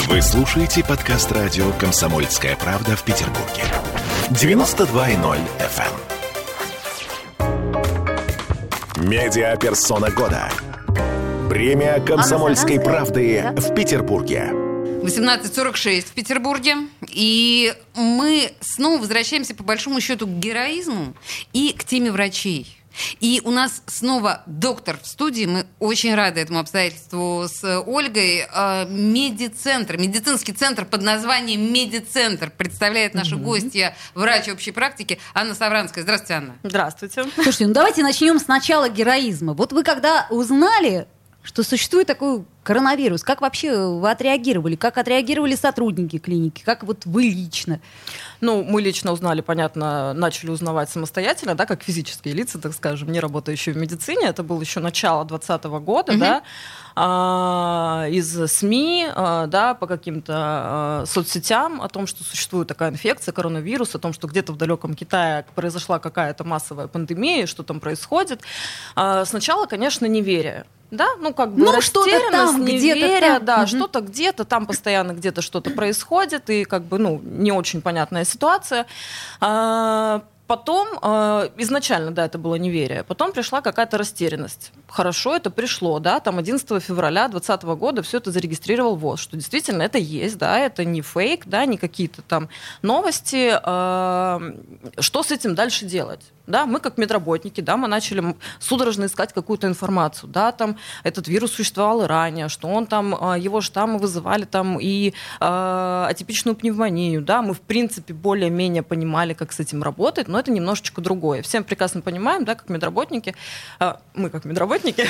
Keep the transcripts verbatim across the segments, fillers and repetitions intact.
Вы слушаете подкаст радио «Комсомольская правда» в Петербурге. девяносто два и ноль эф эм. Медиаперсона года. Премия «Комсомольской правды» в Петербурге. восемнадцать сорок шесть в Петербурге. И мы снова возвращаемся, по большому счету, к героизму и к теме врачей. И у нас снова доктор в студии. Мы очень рады этому обстоятельству с Ольгой. Медицентр, медицинский центр под названием Медицентр представляет наша mm-hmm. гостья, врач общей практики Анна Савранская. Здравствуйте, Анна. Здравствуйте. Слушайте, ну давайте начнем с начала героизма. Вот вы когда узнали, что существует такой коронавирус, как вообще вы отреагировали? Как отреагировали сотрудники клиники? Как вот вы лично? Ну, мы лично узнали, понятно, начали узнавать самостоятельно, да, как физические лица, так скажем, не работающие в медицине. Это было еще начало двадцатого года, угу. да, а, из СМИ, а, да, по каким-то а, соцсетям о том, что существует такая инфекция, коронавирус, о том, что где-то в далеком Китае произошла какая-то массовая пандемия, что там происходит. А, сначала, конечно, неверие. Да, ну как бы ну, растерянность, там, неверие, там. да, угу. что-то где-то, там постоянно где-то что-то происходит, и как бы, ну, не очень понятная ситуация. А, потом, а, изначально, да, это было неверие, потом пришла какая-то растерянность. Хорошо, это пришло, да, там одиннадцатого февраля двадцатого года все это зарегистрировал ВОЗ, что действительно это есть, да, это не фейк, да, не какие-то там новости. А, что с этим дальше делать? Да, мы как медработники, да, мы начали судорожно искать какую-то информацию, да, там этот вирус существовал и ранее, что он там, его штаммы вызывали там и э, атипичную пневмонию, да, мы в принципе более-менее понимали, как с этим работать, но это немножечко другое. Всем прекрасно понимаем, да, как медработники, э, мы как медработники,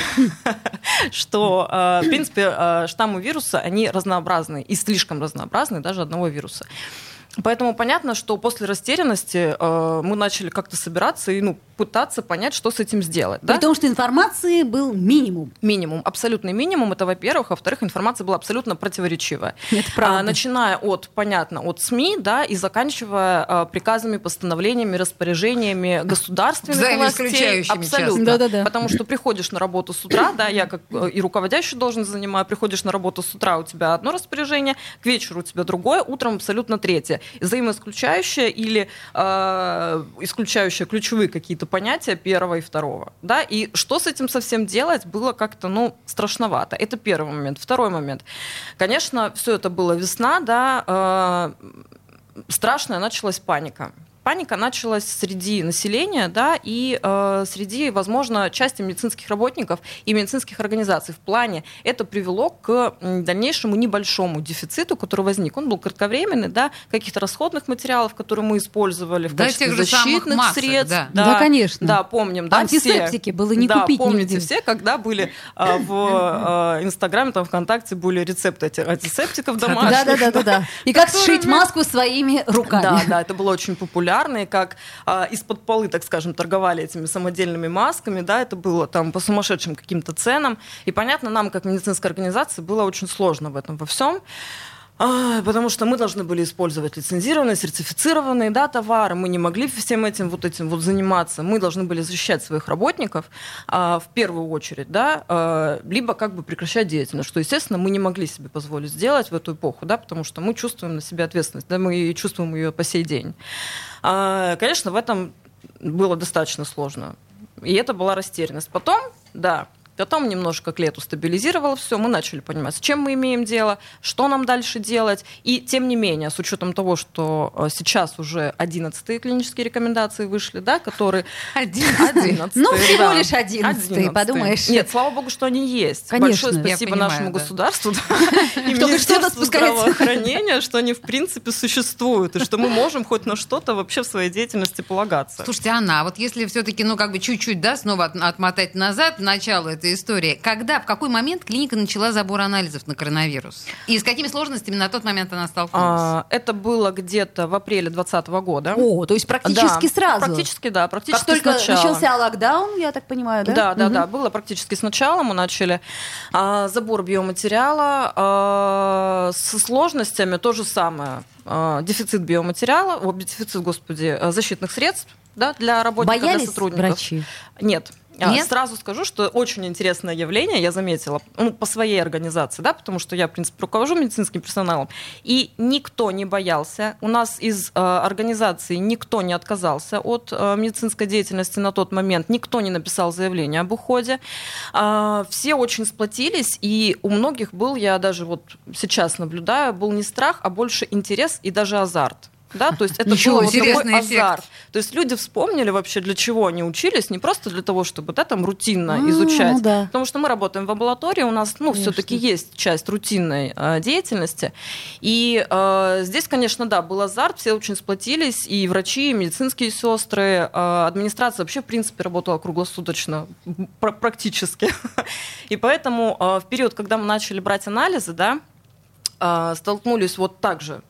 что в принципе штаммы вируса, они разнообразны и слишком разнообразны даже одного вируса. Поэтому понятно, что после растерянности э, мы начали как-то собираться и ну, пытаться понять, что с этим сделать. При да? том, что информации был минимум. Минимум, абсолютный минимум, это во-первых. Во-вторых, информация была абсолютно противоречивая. Это правда. А, начиная от, понятно, от СМИ, да, и заканчивая а, приказами, постановлениями, распоряжениями государственных властей. Абсолютно. Да-да-да. Потому что приходишь на работу с утра, да, я как и руководящую должность занимаю, приходишь на работу с утра, у тебя одно распоряжение, к вечеру у тебя другое, утром абсолютно третье. Взаимоисключающее или э, исключающее ключевые какие-то понятия первого и второго. Да? И что с этим совсем делать, было как-то ну, страшновато. Это первый момент. Второй момент. Конечно, все это было весна, да, э, страшная началась паника. Паника началась среди населения, да, и э, среди, возможно, части медицинских работников и медицинских организаций. В плане это привело к дальнейшему небольшому дефициту, который возник. Он был кратковременный, да, каких-то расходных материалов, которые мы использовали в да, качестве защитных масок, средств. Да. Да, да, конечно. Да, помним. Да, антисептики все, было не да, купить помните нигде. все, когда были э, в э, Инстаграме, там, ВКонтакте были рецепты антисептиков домашних. Да-да-да. И как сшить маску своими руками. Да, да, это было очень популярно. И как а, из-под полы, так скажем, торговали этими самодельными масками, да, это было там по сумасшедшим каким-то ценам. И, понятно, нам, как медицинской организации, было очень сложно в этом во всем. Потому что мы должны были использовать лицензированные, сертифицированные, да, товары. Мы не могли всем этим вот этим вот заниматься. Мы должны были защищать своих работников а, в первую очередь, да, а, либо как бы прекращать деятельность, что, естественно, мы не могли себе позволить сделать в эту эпоху, да, потому что мы чувствуем на себе ответственность, да, мы чувствуем ее по сей день. А, конечно, в этом было достаточно сложно. И это была растерянность. Потом, да, Потом немножко к лету стабилизировало все, мы начали понимать, с чем мы имеем дело, что нам дальше делать. И тем не менее, с учетом того, что сейчас уже одиннадцатые клинические рекомендации вышли, да, которые... одиннадцатые? Ну, всего лишь одиннадцатые, подумаешь. Нет, слава богу, что они есть. Конечно. Большое спасибо понимаю, нашему да. государству и Министерству здравоохранения, что они в принципе существуют, и что мы можем хоть на что-то вообще в своей деятельности полагаться. Слушайте, Анна, а вот если все-таки, ну, как бы чуть-чуть, да, снова от- отмотать назад, начало этой истории, когда, в какой момент клиника начала забор анализов на коронавирус? И с какими сложностями на тот момент она столкнулась? А, это было где-то в апреле двадцатого года. О, то есть практически Да, сразу. Практически, да, практически Как только сначала. начался локдаун, я так понимаю, да? Да, да, Мгм. да, было практически сначала. Мы начали а, забор биоматериала а, со сложностями то же самое. А, дефицит биоматериала, о, дефицит, господи, защитных средств, да, для работников, Боялись для сотрудников. врачи? Нет. Нет? Сразу скажу, что очень интересное явление, я заметила, ну, по своей организации, да, потому что я, в принципе, руковожу медицинским персоналом, и никто не боялся. У нас из э, организации никто не отказался от э, медицинской деятельности на тот момент, никто не написал заявление об уходе. Э, все очень сплотились, и у многих был, я даже вот сейчас наблюдаю, был не страх, а больше интерес и даже азарт. Да, то есть это Ничего, был вот такой интересный эффект. азарт. То есть люди вспомнили вообще, для чего они учились, не просто для того, чтобы да, там рутинно А, изучать. ну да. Потому что мы работаем в амбулатории, у нас ну, все-таки есть часть рутинной э, деятельности. И э, здесь, конечно, да, был азарт, все очень сплотились, и врачи, и медицинские сестры, э, администрация вообще, в принципе, работала круглосуточно, пр- практически. И поэтому э, в период, когда мы начали брать анализы, да, э, столкнулись вот так же.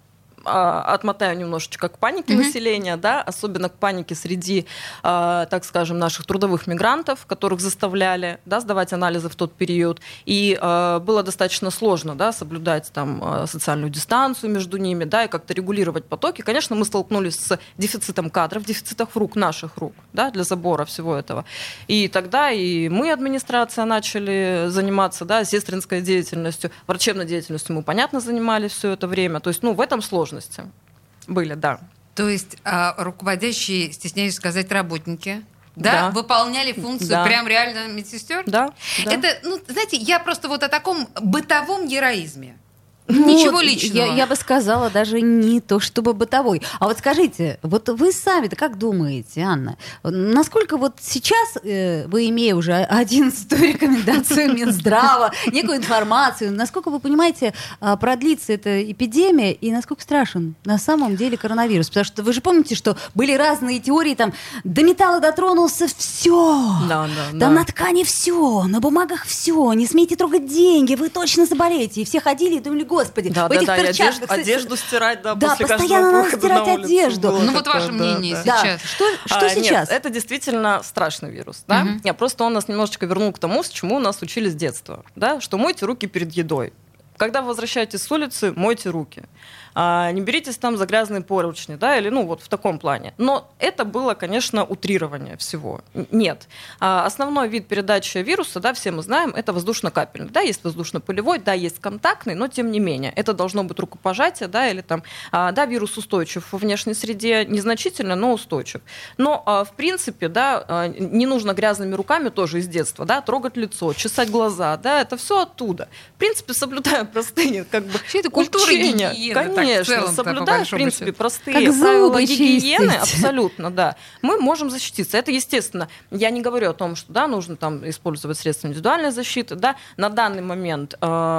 Отмотаю немножечко к панике mm-hmm. населения, да, особенно к панике среди, э, так скажем, наших трудовых мигрантов, которых заставляли да, сдавать анализы в тот период. И э, было достаточно сложно да, соблюдать там, социальную дистанцию между ними да, и как-то регулировать потоки. Конечно, мы столкнулись с дефицитом кадров, дефицитом рук, наших рук да, для забора всего этого. И тогда и мы, администрация, начали заниматься да, сестринской деятельностью, врачебной деятельностью мы, понятно, занимались все это время. То есть, ну, в этом сложно были, да. То есть а, руководящие, стесняюсь сказать, работники, да, Да. выполняли функцию Да. прям реально медсестер? Да, да. Это, ну, знаете, я просто вот о таком бытовом героизме. Ничего Ну, личного. Я, я бы сказала, даже не то чтобы бытовой. А вот скажите, вот вы сами-то как думаете, Анна, насколько вот сейчас, э, вы имея уже одиннадцатую рекомендацию Минздрава, некую информацию, насколько вы понимаете, э, продлится эта эпидемия и насколько страшен на самом деле коронавирус? Потому что вы же помните, что были разные теории, там, до металла дотронулся, все. Да, да, Там да. на ткани все, на бумагах все, не смейте трогать деньги, вы точно заболеете. И все ходили и думали, господи, Да, в да, этих да, и перчатках... одежду, одежду стирать, да, Да, после постоянно каждого надо выхода стирать на улицу одежду. было Ну вот такое, ваше да, мнение да. Да, сейчас. что, что А, сейчас? Нет, это действительно страшный вирус, да? Мгм. Я просто он нас немножечко вернул к тому, с чему нас учили с детства, да? Что мойте руки перед едой. Когда вы возвращаетесь с улицы, мойте руки. А, не беритесь там за грязные поручни, да, или ну вот в таком плане. Но это было, конечно, утрирование всего. Н- Нет. А, основной вид передачи вируса, да, все мы знаем, это воздушно-капельный. Да, есть воздушно-пылевой, да, есть контактный, но тем не менее. Это должно быть рукопожатие, да, или там, а, да, вирус устойчив во внешней среде, незначительно, но устойчив. Но, а, в принципе, да, а, не нужно грязными руками тоже из детства, да, трогать лицо, чесать глаза, да, это все оттуда. В принципе, соблюдая простые, как бы, Вообще это культура учения. гигиены, так, в Конечно, целом-то, по соблюдая, в большому принципе, счету. простые Как правила зубы гигиены, чистить. абсолютно, да, мы можем защититься. Это естественно. Я не говорю о том, что да, нужно там использовать средства индивидуальной защиты, да, на данный момент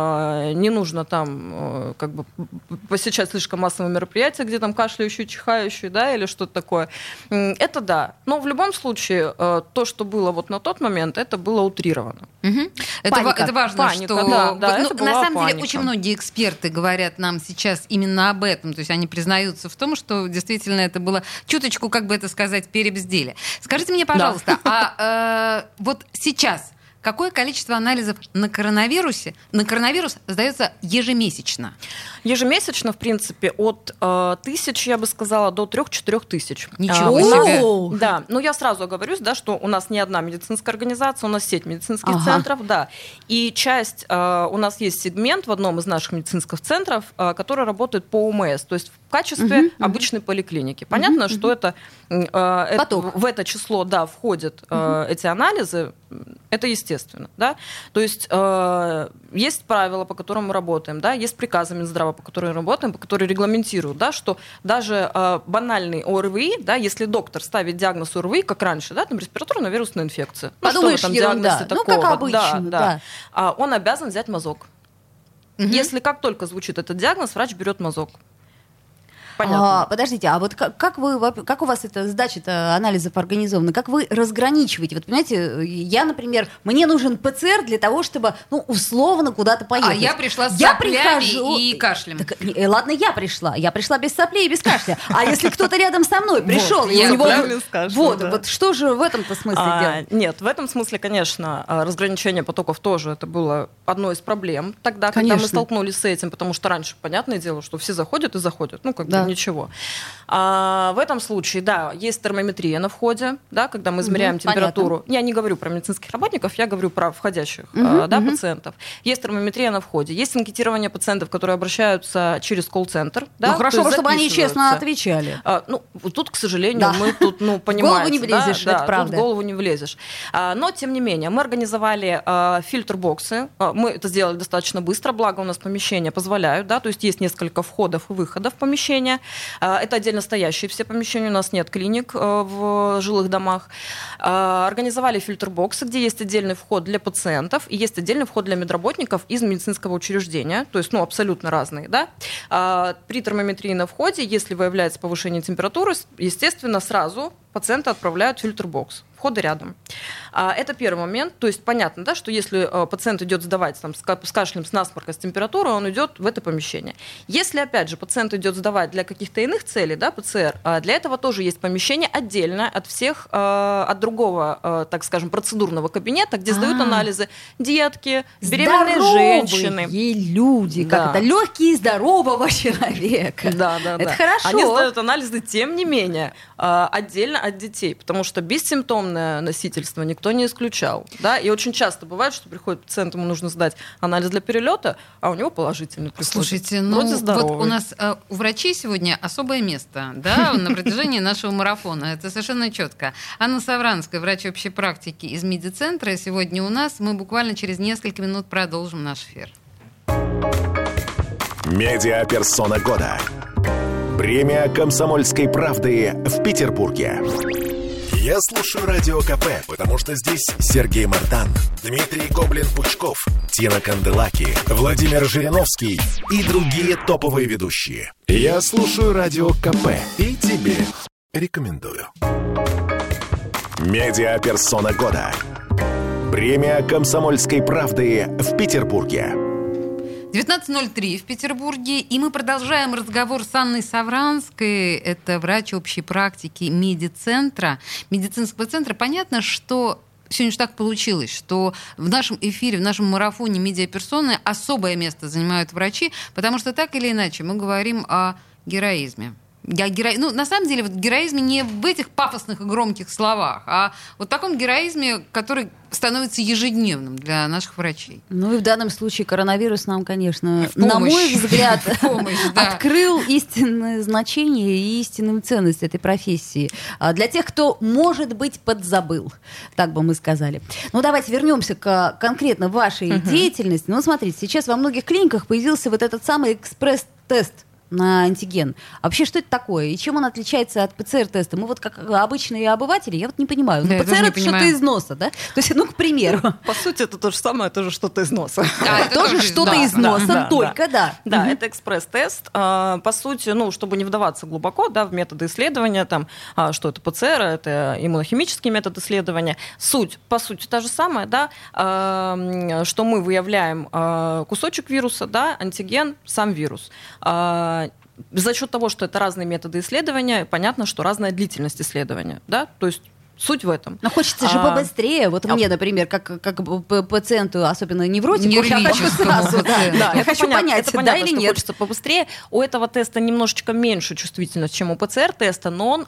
э, не нужно там э, как бы посещать слишком массовые мероприятия, где там кашляющие, чихающие, да, или что-то такое. М, Это да. Но в любом случае э, то, что было вот на тот момент, это было утрировано. Мгм. Это, ва- Паника. это важно, Паника, что да, да, ну, это на была самом деле паника. очень многие эксперты говорят нам сейчас именно об этом. То есть они признаются в том, что действительно это было чуточку, как бы это сказать, перебздели. Скажите мне, пожалуйста, а э, вот сейчас какое количество анализов на коронавирусе, на коронавирус сдается ежемесячно? Ежемесячно, в принципе, от э, тысячи, я бы сказала, до трех-четырех тысяч. Ничего А, у нас- себе. Оу. Да, но я сразу оговорюсь, да, что у нас не одна медицинская организация, у нас сеть медицинских Ага. центров, да. И часть, э, у нас есть сегмент в одном из наших медицинских центров, э, который работает по ОМС, то есть в качестве Мгм, мгм. обычной поликлиники. Понятно, Мгм, что это, э, это- Поток. в это число, да, входят э, эти анализы, это естественно, да. То есть э, есть правила, по которым мы работаем, да, есть приказы Минздрава, по которым мы работаем, по которым регламентируют, да, что даже э, банальный ОРВИ, да, если доктор ставит диагноз ОРВИ, как раньше, да, там респираторно-вирусная инфекция. Ну, Подумаешь, что в этом ерунда. диагнозе Ну, такого? как обычно, Да, да. А он обязан взять мазок. Мгм. Если как только звучит этот диагноз, врач берет мазок. Понятно. А, подождите, а вот как, как вы, воп- как у вас эта сдача анализов организована? Как вы разграничиваете? Вот понимаете, я, например, мне нужен ПЦР для того, чтобы, ну, условно куда-то поехать. А я пришла с Я соплями прихожу- и кашлем. Так, э, ладно, я пришла. Я пришла без соплей и без кашля. А если кто-то рядом со мной пришел, и я у него... правильно скажу, Вот, да. вот что же в этом-то смысле А, делать? нет, в этом смысле, конечно, а, разграничение потоков тоже это было одной из проблем тогда, когда Конечно. мы столкнулись с этим, потому что раньше, понятное дело, что все заходят и заходят. Ну, как бы, Да. Так. ничего. А в этом случае, да, есть термометрия на входе, да, когда мы измеряем Угу, температуру. понятно. Я не говорю про медицинских работников, я говорю про входящих Угу, а, да, угу. пациентов. Есть термометрия на входе, есть анкетирование пациентов, которые обращаются через колл-центр. Да, Ну хорошо, то есть чтобы они честно записываются. отвечали. А, ну, вот тут, к сожалению, Да. мы тут, ну, понимаете, не влезешь, да, это да, правда. Тут в голову не влезешь. А, но, тем не менее, мы организовали а, фильтр-боксы. А, мы это сделали достаточно быстро, благо у нас помещения позволяют, да, то есть есть несколько входов и выходов в помещение. А, это отдельно стоящие все помещения, у нас нет клиник а, в жилых домах. А, организовали фильтр-боксы, где есть отдельный вход для пациентов и есть отдельный вход для медработников из медицинского учреждения, то есть, ну, абсолютно разные, да. А, при термометрии на входе, если выявляется повышение температуры, естественно, сразу пациента отправляют в фильтр-бокс. Входы рядом. А, это первый момент. То есть понятно, да, что если а, пациент идет сдавать там, с, с кашлем, с насморком, с температурой, он идет в это помещение. Если, опять же, пациент идет сдавать для каких-то иных целей, да, ПЦР, а, для этого тоже есть помещение отдельно от всех, а, от другого, а, так скажем, процедурного кабинета, где сдают А. анализы детки, беременные Здоровые женщины. люди, Да. как это, легкие здорового человека. Да, да, Это да. хорошо. Они сдают анализы, тем не менее, а, отдельно от детей, потому что бессимптомное носительство никто не исключал. Да? И очень часто бывает, что приходит пациент, ему нужно сдать анализ для перелета, а у него положительный приходит. Слушайте, ну Вроде вот здоровый. у нас э, у врачей сегодня особое место, да, на протяжении нашего марафона. Это совершенно четко. Анна Савранская, врач общей практики из медицентра, сегодня у нас. Мы буквально через несколько минут продолжим наш эфир. Медиаперсона года. Премия «Комсомольской правды» в Петербурге. Я слушаю Радио КП, потому что здесь Сергей Мартан, Дмитрий Гоблин-Пучков, Тина Канделаки, Владимир Жириновский и другие топовые ведущие. Я слушаю Радио КП и тебе рекомендую. Медиаперсона года. Премия «Комсомольской правды» в Петербурге. девятнадцать ноль три в Петербурге, и мы продолжаем разговор с Анной Савранской. Это врач общей практики медицентра, медицинского центра. Понятно, что сегодня же так получилось, что в нашем эфире, в нашем марафоне медиаперсоны особое место занимают врачи, потому что так или иначе мы говорим о героизме. Я геро... Ну, на самом деле, вот героизме не в этих пафосных и громких словах, а вот в таком героизме, который становится ежедневным для наших врачей. Ну и в данном случае коронавирус нам, конечно, В помощь. на мой взгляд, В помощь, да. открыл истинное значение и истинную ценность этой профессии. А для тех, кто, может быть, подзабыл, так бы мы сказали. Ну давайте вернемся к конкретно вашей деятельности. Ну смотрите, сейчас во многих клиниках появился вот этот самый экспресс-тест на антиген. А вообще, что это такое? И чем он отличается от ПЦР-теста? Мы вот как обычные обыватели, я вот не понимаю. Ну, Да, я тоже ПЦР не это что-то понимаю. из носа, да? То есть, ну, к примеру. По сути, это то же самое, тоже что-то из носа. Да, это Тоже из что-то носа. из носа, да, только да. Да, это экспресс-тест. А, По сути, ну, чтобы не вдаваться глубоко, да, в методы исследования, там, а, что это ПЦР, это иммунохимический метод исследования. Суть, по сути, та же самая, да, а, что мы выявляем а, кусочек вируса, да, антиген, сам вирус. А, За счет того, что это разные методы исследования, понятно, что разная длительность исследования, да, то есть суть в этом. Но хочется же А, побыстрее. Вот а- мне, например, как, как п- пациенту, особенно невротику, я хочу Нервическому сразу, да, пациенту. да, я это хочу понятно, понять, это да понятно, или что нет. хочется побыстрее. У этого теста немножечко меньше чувствительность, чем у ПЦР-теста, но он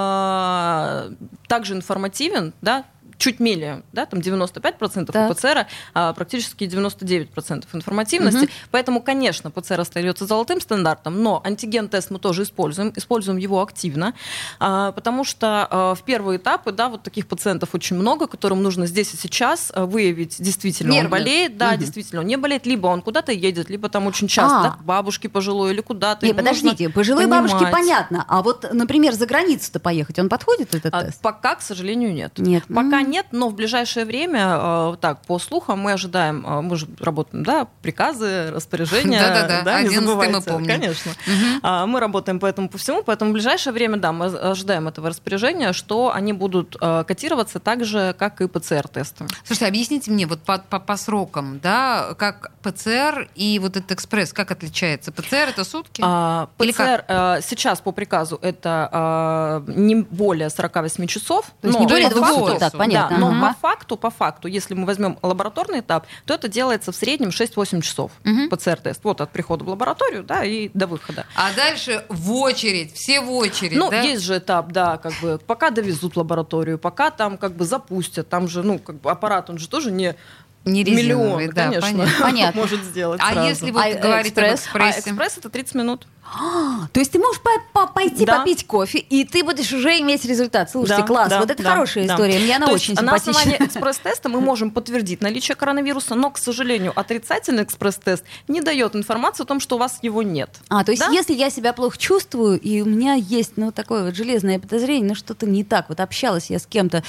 э, также информативен, да, чуть менее, да, там девяносто пять процентов Так. у ПЦР, а практически девяносто девять процентов информативности. Мгм. Поэтому, конечно, ПЦР остается золотым стандартом, но антиген-тест мы тоже используем, используем его активно, а, потому что а, в первые этапы, да, вот таких пациентов очень много, которым нужно здесь и сейчас а, выявить, действительно он Нервных. болеет, да, Мгм. действительно он не болеет, либо он куда-то едет, либо там очень часто, А. да, к бабушке пожилой или куда-то. Не, ему нужно подождите, пожилые бабушки понимать. понятно, а вот, например, за границу-то поехать, он подходит, этот А, тест? Пока, к сожалению, нет. Нет. Пока М. нет, но в ближайшее время, э, так, по слухам, мы ожидаем, э, мы же работаем, да, приказы, распоряжения. Да-да-да, не одиннадцатый мы забывайте, помним. Конечно. Мгм. А, Мы работаем по этому по всему, поэтому в ближайшее время, да, мы ожидаем этого распоряжения, что они будут э, котироваться так же, как и ПЦР-тесты. Слушайте, объясните мне вот по, по, по срокам, да, как ПЦР и вот этот экспресс, как отличается? ПЦР это сутки? А, Или ПЦР э, сейчас по приказу это э, не более сорок восемь часов. То есть но не более по двух факту- суток, так, понятно. понятно. Да, но Ага. по факту, по факту, если мы возьмем лабораторный этап, то это делается в среднем шесть-восемь часов Мгм. ПЦР-тест. Вот от прихода в лабораторию, да, и до выхода. А дальше в очередь, все в очередь, Ну, да? есть же этап, да, как бы, пока довезут в лабораторию, пока там как бы запустят, там же, ну, как бы аппарат, он же тоже не Не резиновый, миллион, да, конечно, понятно. Понятно. может сделать А сразу. если вот А, говорить об экспресс? А экспрессе? экспресс это тридцать минут. А, то есть ты можешь по- по- пойти Да. попить кофе, и ты будешь уже иметь результат. Слушайте, Да, класс, да, вот это да, хорошая да. история, мне она То очень есть на симпатична. основании экспресс-теста мы можем подтвердить наличие коронавируса, но, к сожалению, отрицательный экспресс-тест не дает информацию о том, что у вас его нет. А, то есть Да? если я себя плохо чувствую, и у меня есть, ну, такое вот железное подозрение, ну, что-то не так, вот общалась я с кем-то,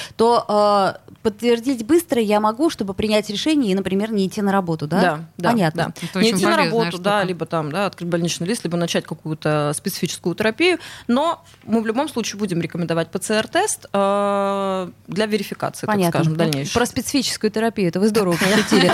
то э, подтвердить быстро я могу, чтобы принять решение и, например, не идти на работу, да? Да, да, Понятно. да. Это Не очень идти на полезная работу, штука. да, либо там, да, открыть больничный лист, либо начать какую-то специфическую терапию, но мы в любом случае будем рекомендовать ПЦР-тест э, для верификации, Понятно. так скажем, дальнейшей. Про специфическую терапию, это вы здорово пошутили.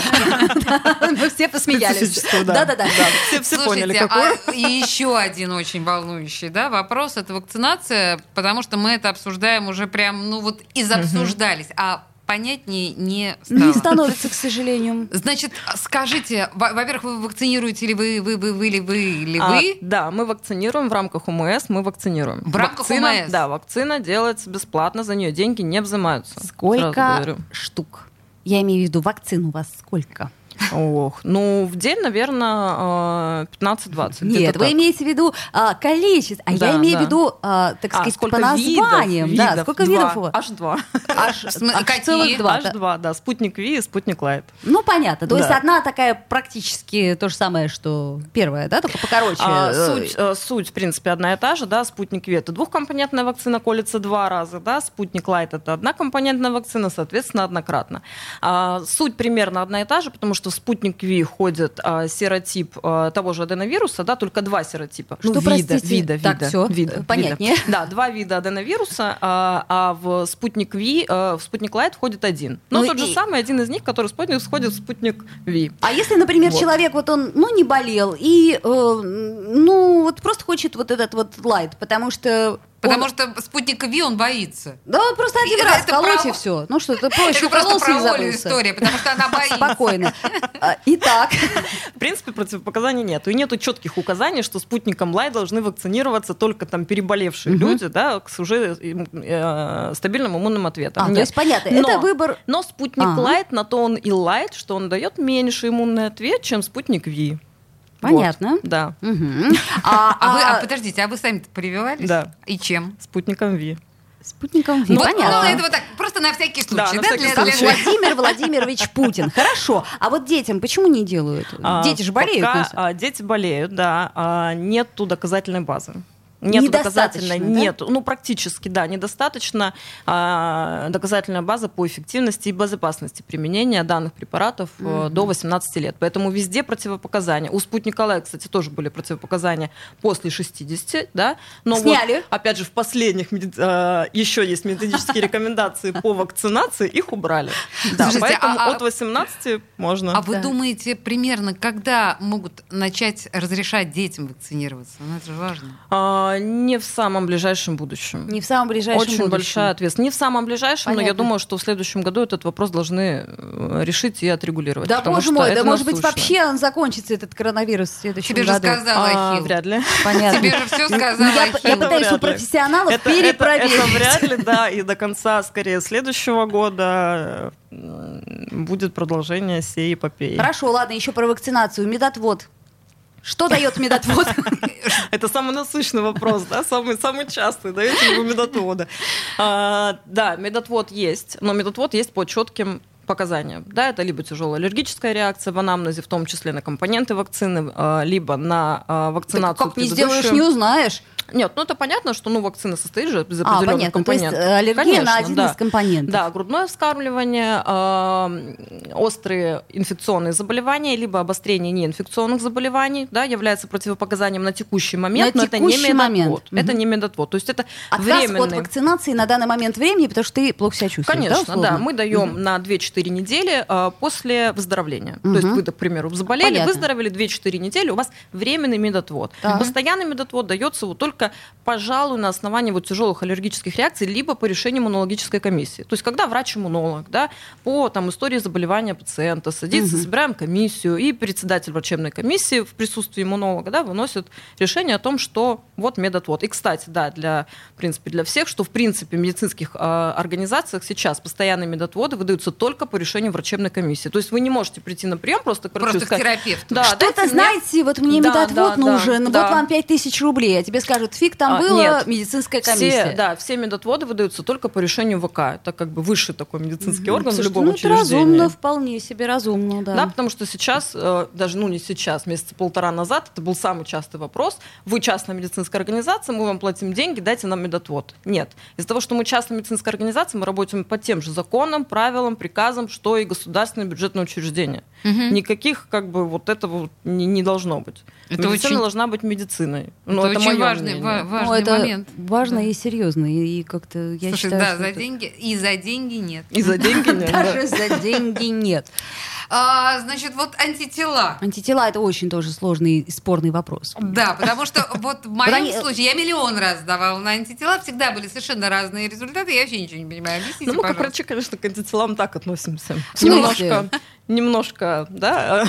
Да, мы все посмеялись. Специфическую, да. Да-да-да. Все, все Слушайте, поняли, какой. а и еще один очень волнующий, да, вопрос — это вакцинация, потому что мы это обсуждаем уже прям, ну вот изобсуждались, а понятнее не стало. Не становится, к сожалению. Значит, скажите, во- во-первых, вы вакцинируете ли вы, вы, вы, вы, или вы, или А, вы? да, мы вакцинируем в рамках ОМС, мы вакцинируем. В рамках Вакцина- ОМС? Да, вакцина делается бесплатно, за нее деньги не взимаются. Сразу Сколько говорю. штук? Я имею в виду, вакцин у вас сколько? Ох, ну в день, наверное, пятнадцать-двадцать. Нет, где-то вы так. имеете в виду а, количество, а Да, я имею в да. виду, а, так А, сказать, сколько по названиям. видов? Да, Видов? сколько Два. видов у вас? Аж два. Аж, см- аж какие? целых два. Аж два, да. Спутник Ви и спутник Лайт. Ну, понятно. То есть Да. одна такая практически то же самое, что первая, да, только покороче. А, Э, суть, э, суть, в принципе, одна и та же, да, спутник Ви это двухкомпонентная вакцина, колется два раза, да, спутник Лайт это однокомпонентная вакцина, соответственно, однократно. А, суть примерно одна и та же, потому что в спутник Ви входит а, серотип а, того же аденовируса, да, только два серотипа. Что, Ну, вида, простите? вида, Так, вида, всё, вида, э, понятнее. вида. Да, два вида аденовируса, а, а в спутник Ви, а, в спутник Лайт входит один. Но Ну тот и- же самый, один из них, который спутник, входит в спутник Ви. А если, например, Вот. человек, вот он, ну, не болел, и, э, ну, вот просто хочет вот этот вот лайт, потому что... Потому он- что спутника Ви он боится. Да, вот просто один Это- раз это колоть про- и все. Ну что, это проще, Это просто укололся про и Олю забылся. история, потому что она боится. Спокойно. А, Итак, В принципе, противопоказаний нет. И нету четких указаний, что спутником Лайт должны вакцинироваться только там переболевшие Мгм. люди, да, с уже э, стабильным иммунным ответом. а, то Нет. есть понятно, Но- это выбор... Но спутник Ага. Лайт на то он и Лайт, что он дает меньше иммунный ответ, чем спутник Ви. Понятно. Вот, да, Мгм. А, А вы, а а подождите, а вы сами-то прививались? Да. И чем? спутником Ви. спутником Ви, Вот, понятно. ну, это вот так, просто на всякий случай. Да, на да, всякий для- Как для- случай. Владимир Владимирович Путин. Хорошо. А вот детям почему не делают? А, Дети же болеют. пока, Настя. а, дети болеют, да. а, нету доказательной базы. Нету Недостаточно, доказательной, да? нету, ну практически, да, недостаточно а, доказательная база по эффективности и безопасности применения данных препаратов э, до восемнадцати лет. Поэтому везде противопоказания. У спутника Лайт, кстати, тоже были противопоказания после шестидесяти, да. Но Сняли. Вот, опять же, в последних меди- э, еще есть методические рекомендации по вакцинации, их убрали. Да, Слушайте, поэтому а- а- от восемнадцати можно. А вы Да. думаете, примерно, когда могут начать разрешать детям вакцинироваться? Ну, это же важно. А, не в самом ближайшем будущем. Не в самом ближайшем Очень будущем. большая ответственность. Не в самом ближайшем, но я Понятно. думаю, что в следующем году этот вопрос должны э, решить и отрегулировать. Да, потому боже что мой, это да может быть насущно. вообще он закончится, этот коронавирус, в следующем Тебе же году. сказала А, Ахилл. вряд ли. Понятно. Тебе же все Ну, сказала я, я Ахилл. пытаюсь у Вряд ли. профессионалов Это, это, перепроверить. это вряд ли, да, и до конца, скорее, следующего года э, будет продолжение сей эпопеи. Хорошо, ладно, еще про вакцинацию. Медотвод. Что дает медотвод? Это самый насущный вопрос, да, самый, самый частый, даете ли вы медотвода. А, да, медотвод есть, но медотвод есть по четким показаниям. Да, это либо тяжелая аллергическая реакция в анамнезе, в том числе на компоненты вакцины, а, либо на а, Так вакцинацию как не предыдущую. сделаешь, не узнаешь. Нет, ну это понятно, что ну, вакцина состоит же из А, определенных понятно, то есть компонентов. э, аллергия Конечно, на один да. из компонентов. Да, грудное вскармливание, э, острые инфекционные заболевания, либо обострение неинфекционных заболеваний, да, является противопоказанием на текущий момент, На но это не текущий медотвод. момент. Это Мгм. не медотвод. То есть это Отказ временный. от вакцинации на данный момент времени, потому что ты плохо себя чувствуешь. Конечно, условно? да. Мы даем на две-четыре недели э, после выздоровления. Мгм. То есть вы, к примеру, заболели, Понятно. выздоровели две-четыре недели, у вас временный медотвод. Так. Постоянный медотвод дается вот только только, пожалуй, на основании вот тяжелых аллергических реакций, либо по решению иммунологической комиссии. То есть, когда врач-иммунолог, да, по там, истории заболевания пациента садится, угу. собираем комиссию, и председатель врачебной комиссии в присутствии иммунолога, да, выносит решение о том, что вот медотвод. И, кстати, да, для, в принципе, для всех, что в принципе в медицинских э, организациях сейчас постоянные медотводы выдаются только по решению врачебной комиссии. То есть вы не можете прийти на прием просто к врачу просто и сказать, к терапевту. Да, что-то, знаете, мне... вот мне да, медотвод да, нужен, да, вот да. вам пять тысяч рублей, а тебе скажут, фиг там а, было, нет, медицинская комиссия. Все, да, все медотводы выдаются только по решению ВК. Это как бы высший такой медицинский mm-hmm. орган Слушайте, в любом ну, учреждении. Это разумно, вполне себе разумно, да. Да, потому что сейчас, даже, ну не сейчас, месяца полтора назад, это был самый частый вопрос. Вы частная медицинская организация, мы вам платим деньги, дайте нам медотвод. Нет. Из-за того, что мы частная медицинская организация, мы работаем по тем же законам, правилам, приказам, что и государственное бюджетное учреждение. Угу. Никаких, как бы, вот этого не, не должно быть. Это медицина очень... должна быть медициной. Ну, это, это очень важный, ва- важный ну, это момент. Важно да. и серьезно. И как-то я Слушай, считаю, да, за это... деньги, и за деньги нет. И за деньги нет. Даже за деньги нет. А, значит, вот антитела. Антитела – это очень тоже сложный и спорный вопрос. Да, потому что вот в моем случае я миллион раз давала на антитела, всегда были совершенно разные результаты, я вообще ничего не понимаю. Объясните, ну, мы, пожалуйста. как врачи, конечно, к антителам так относимся. Немножко. Немножко, да,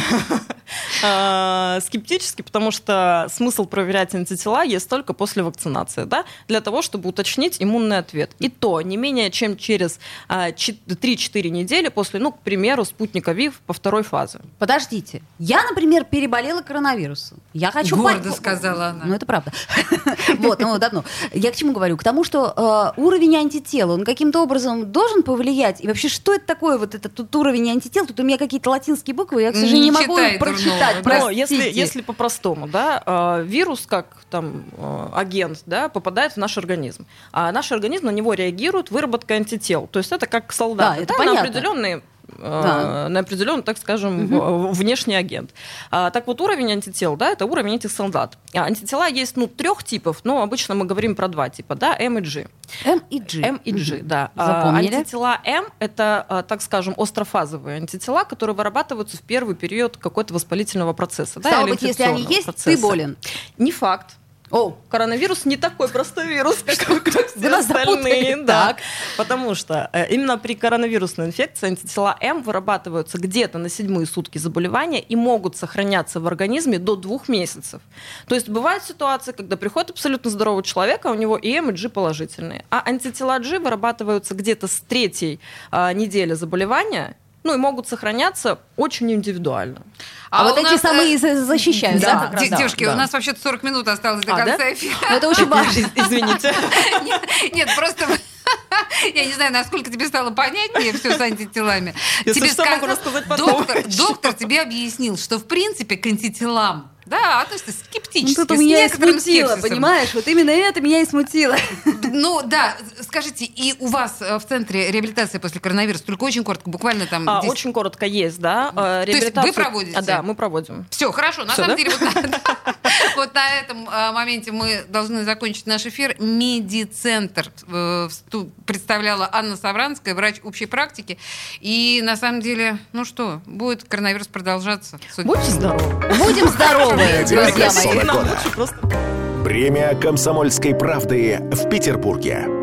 скептически, потому что смысл проверять антитела есть только после вакцинации, да, для того, чтобы уточнить иммунный ответ. И то не менее чем через три-четыре недели после, ну, к примеру, спутника ВИ по второй фазе. Подождите, я, например, переболела коронавирусом. Я хочу Гордо пон... сказала она. Ну, это правда. Вот, ну, давно. Я к чему говорю? К тому, что уровень антител, он каким-то образом должен повлиять. И вообще, что это такое, вот этот уровень антител? Тут у меня какие-то латинские буквы, я, к сожалению, не, не могу их прочитать. Но если, если по-простому, да, э, вирус как там э, агент, да, попадает в наш организм, а наш организм на него реагирует выработкой антител. То есть это как солдаты, да, это да, на определенные Да. на определенный, так скажем, угу. внешний агент. А, так вот, уровень антител, да, это уровень этих солдат. А антитела есть, ну, трех типов, но обычно мы говорим про два типа, да, М и G. М и G. М и G, угу. да. Запомнили? А, антитела М – это, так скажем, острофазовые антитела, которые вырабатываются в первый период какого-то воспалительного процесса. Стало да, быть, если они есть, процесса. ты болен. Не факт. О, коронавирус не такой простой вирус, как, как все остальные. Да, потому что э, именно при коронавирусной инфекции антитела М вырабатываются где-то на седьмые сутки заболевания и могут сохраняться в организме до двух месяцев. То есть бывают ситуации, когда приходит абсолютно здоровый человек, а у него и М, и G положительные. А антитела G вырабатываются где-то с третьей э, недели заболевания, ну и могут сохраняться очень индивидуально. А, а вот эти нас, самые э... защищают, да? да, как раз, девушки, да, у нас вообще сорок минут осталось до а, конца да? эфира. Это очень важно. Извините. Нет, просто... Я не знаю, насколько тебе стало понятнее все с антителами. Если тебе что, сказал, могу рассказать потом. Доктор, доктор тебе объяснил, что в принципе к антителам, да, относится скептически. Ну, тут меня и смутило, понимаешь? Вот именно это меня и смутило. Ну, да, скажите, и у вас в центре реабилитации после коронавируса, только очень коротко, буквально там... А, десять... Очень коротко есть, да. То есть вы проводите? А, да, мы проводим. Все, хорошо. На Всё, самом да? деле, вот на, вот на этом моменте мы должны закончить наш эфир. Медицентр представляла Анна Савранская, врач общей практики. И на самом деле, ну что, будет коронавирус продолжаться. Будьте здоровы. Будем здоровы, друзья мои. Бремя «Комсомольской правды» в Петербурге.